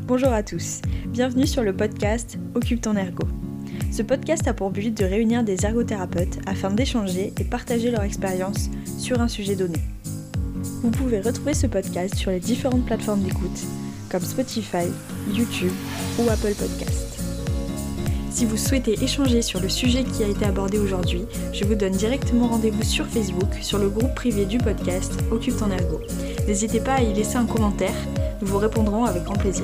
Bonjour à tous, bienvenue sur le podcast Occupe ton ergo. Ce podcast a pour but de réunir des ergothérapeutes afin d'échanger et partager leur expérience sur un sujet donné. Vous pouvez retrouver ce podcast sur les différentes plateformes d'écoute comme Spotify, YouTube ou Apple Podcast. Si vous souhaitez échanger sur le sujet qui a été abordé aujourd'hui, je vous donne directement rendez-vous sur Facebook, sur le groupe privé du podcast Occupe ton ergo. N'hésitez pas à y laisser un commentaire, nous vous répondrons avec grand plaisir.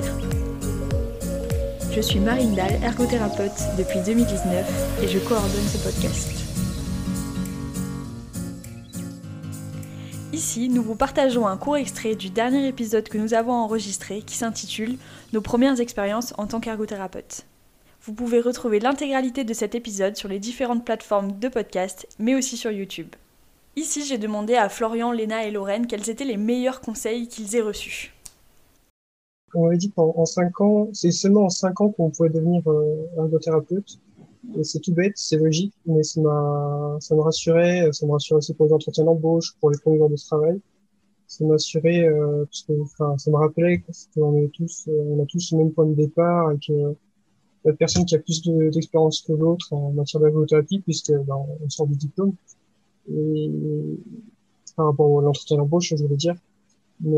Je suis Marine Dahl, ergothérapeute depuis 2019 et je coordonne ce podcast. Ici, nous vous partageons un court extrait du dernier épisode que nous avons enregistré qui s'intitule « Nos premières expériences en tant qu'ergothérapeute ». Vous pouvez retrouver l'intégralité de cet épisode sur les différentes plateformes de podcast, mais aussi sur YouTube. Ici, j'ai demandé à Florian, Léna et Lorraine quels étaient les meilleurs conseils qu'ils aient reçus. On m'avait dit qu'en 5 ans, c'est seulement en 5 ans qu'on pouvait devenir ergothérapeute. Et c'est tout bête, c'est logique, mais ça me rassurait aussi pour les entretiens d'embauche, pour les premiers jours de travail. Ça m'assurait, parce que, enfin, ça me rappelait on a tous le même point de départ et que la personne qui a plus d'expérience que l'autre en matière d'ergothérapie, puisque, on sort du diplôme. Et par rapport à l'entretien d'embauche, je voulais dire. Mais,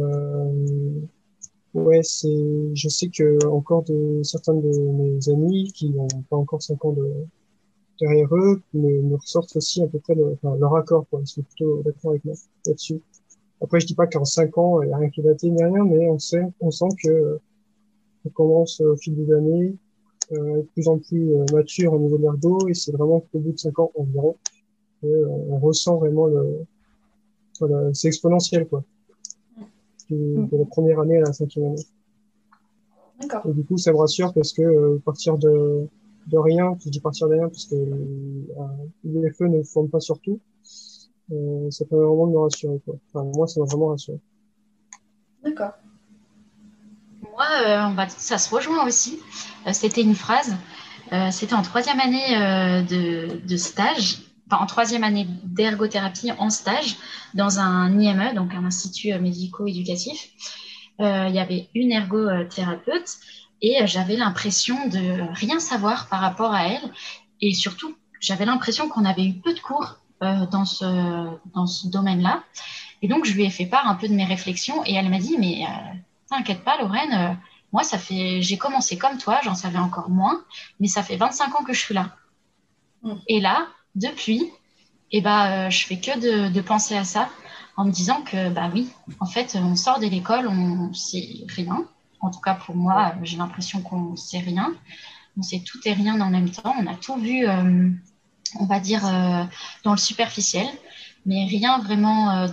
ouais, je sais que encore certains de mes amis qui n'ont pas encore 5 ans derrière eux me ressortent aussi à peu près leur accord, quoi. Ils sont plutôt d'accord avec moi là-dessus. Après, je dis pas qu'en 5 ans, il n'y a rien qui va être ni rien, mais on sent que on commence au fil des années, être de plus en plus mature au niveau de l'ergo, et c'est vraiment qu'au bout de 5 ans environ, on ressent vraiment voilà, c'est exponentiel, quoi. De la première année à la 5e année. D'accord. Et du coup, ça me rassure parce que partir de rien, je dis partir de rien parce que les feux ne forment pas sur tout, ça permet vraiment de me rassurer, quoi. Enfin, moi, ça m'a vraiment rassuré. D'accord. Moi, ça se rejoint aussi. C'était une phrase. C'était en 3e année de stage, enfin en 3e année d'ergothérapie en stage dans un IME, donc un institut médico-éducatif. Il y avait une ergothérapeute et j'avais l'impression de rien savoir par rapport à elle. Et surtout, j'avais l'impression qu'on avait eu peu de cours dans ce domaine-là. Et donc, je lui ai fait part un peu de mes réflexions et elle m'a dit, mais t'inquiète pas, Lorraine, moi, j'ai commencé comme toi, j'en savais encore moins, mais ça fait 25 ans que je suis là. Et là, depuis, je fais que de penser à ça en me disant que, bah oui, en fait, on sort de l'école, on sait rien. En tout cas, pour moi, j'ai l'impression qu'on sait rien. On sait tout et rien en même temps. On a tout vu, on va dire, dans le superficiel, mais rien vraiment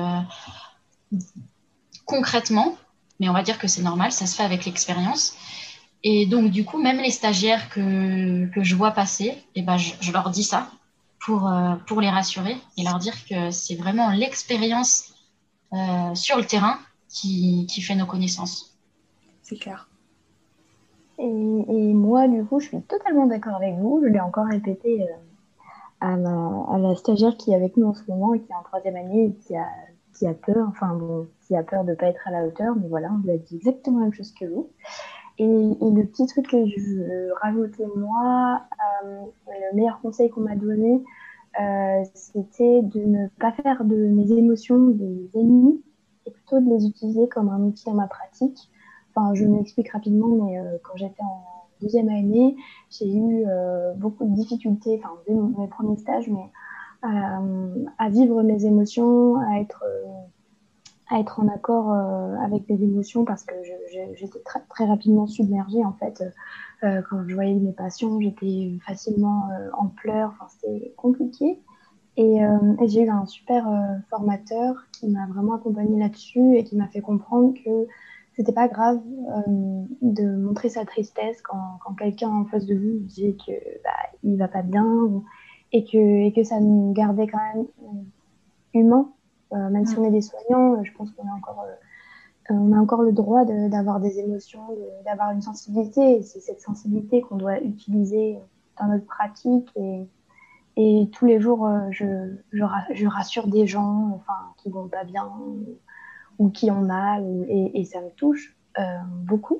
concrètement. Mais on va dire que c'est normal, ça se fait avec l'expérience. Et donc, du coup, même les stagiaires que je vois passer, je leur dis ça pour les rassurer et leur dire que c'est vraiment l'expérience sur le terrain qui fait nos connaissances. C'est clair. Et moi, du coup, je suis totalement d'accord avec vous. Je l'ai encore répété à la stagiaire qui est avec nous en ce moment et qui est en 3e année et qui a peur, qui a peur de ne pas être à la hauteur. Mais voilà, on lui a dit exactement la même chose que vous. Et le petit truc que je veux rajouter, moi, le meilleur conseil qu'on m'a donné, c'était de ne pas faire de mes émotions des ennemis et plutôt de les utiliser comme un outil à ma pratique. Enfin, je m'explique rapidement, mais quand j'étais en 2e année, j'ai eu beaucoup de difficultés, enfin, dès mes premiers stages, mais à vivre mes émotions, à être en accord avec mes émotions parce que j'étais très, très rapidement submergée, en fait. Quand je voyais mes patients, j'étais facilement en pleurs, enfin, c'était compliqué. Et j'ai eu un super formateur qui m'a vraiment accompagnée là-dessus et qui m'a fait comprendre que c'était pas grave de montrer sa tristesse quand quelqu'un en face de vous disait que il va pas bien et que ça nous gardait quand même humains. Même si on est des soignants, je pense qu'on a encore le droit d'avoir des émotions, d'avoir une sensibilité. Et c'est cette sensibilité qu'on doit utiliser dans notre pratique. Et tous les jours, je rassure des gens qui vont pas bien ou qui ont mal. Et ça me touche beaucoup.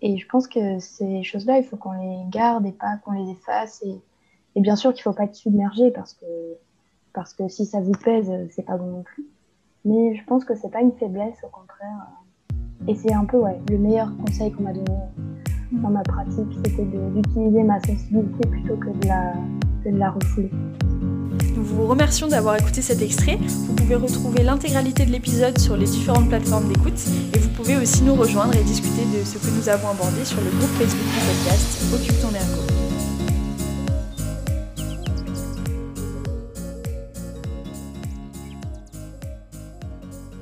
Et je pense que ces choses-là, il faut qu'on les garde et pas qu'on les efface. Et bien sûr qu'il ne faut pas être submergé parce que si ça vous pèse, c'est pas bon non plus. Mais je pense que c'est pas une faiblesse, au contraire. Et c'est un peu le meilleur conseil qu'on m'a donné dans ma pratique, c'était d'utiliser ma sensibilité plutôt que de la refouler. Nous vous remercions d'avoir écouté cet extrait. Vous pouvez retrouver l'intégralité de l'épisode sur les différentes plateformes d'écoute et vous pouvez aussi nous rejoindre et discuter de ce que nous avons abordé sur le groupe Facebook du podcast Occupe ton ergo.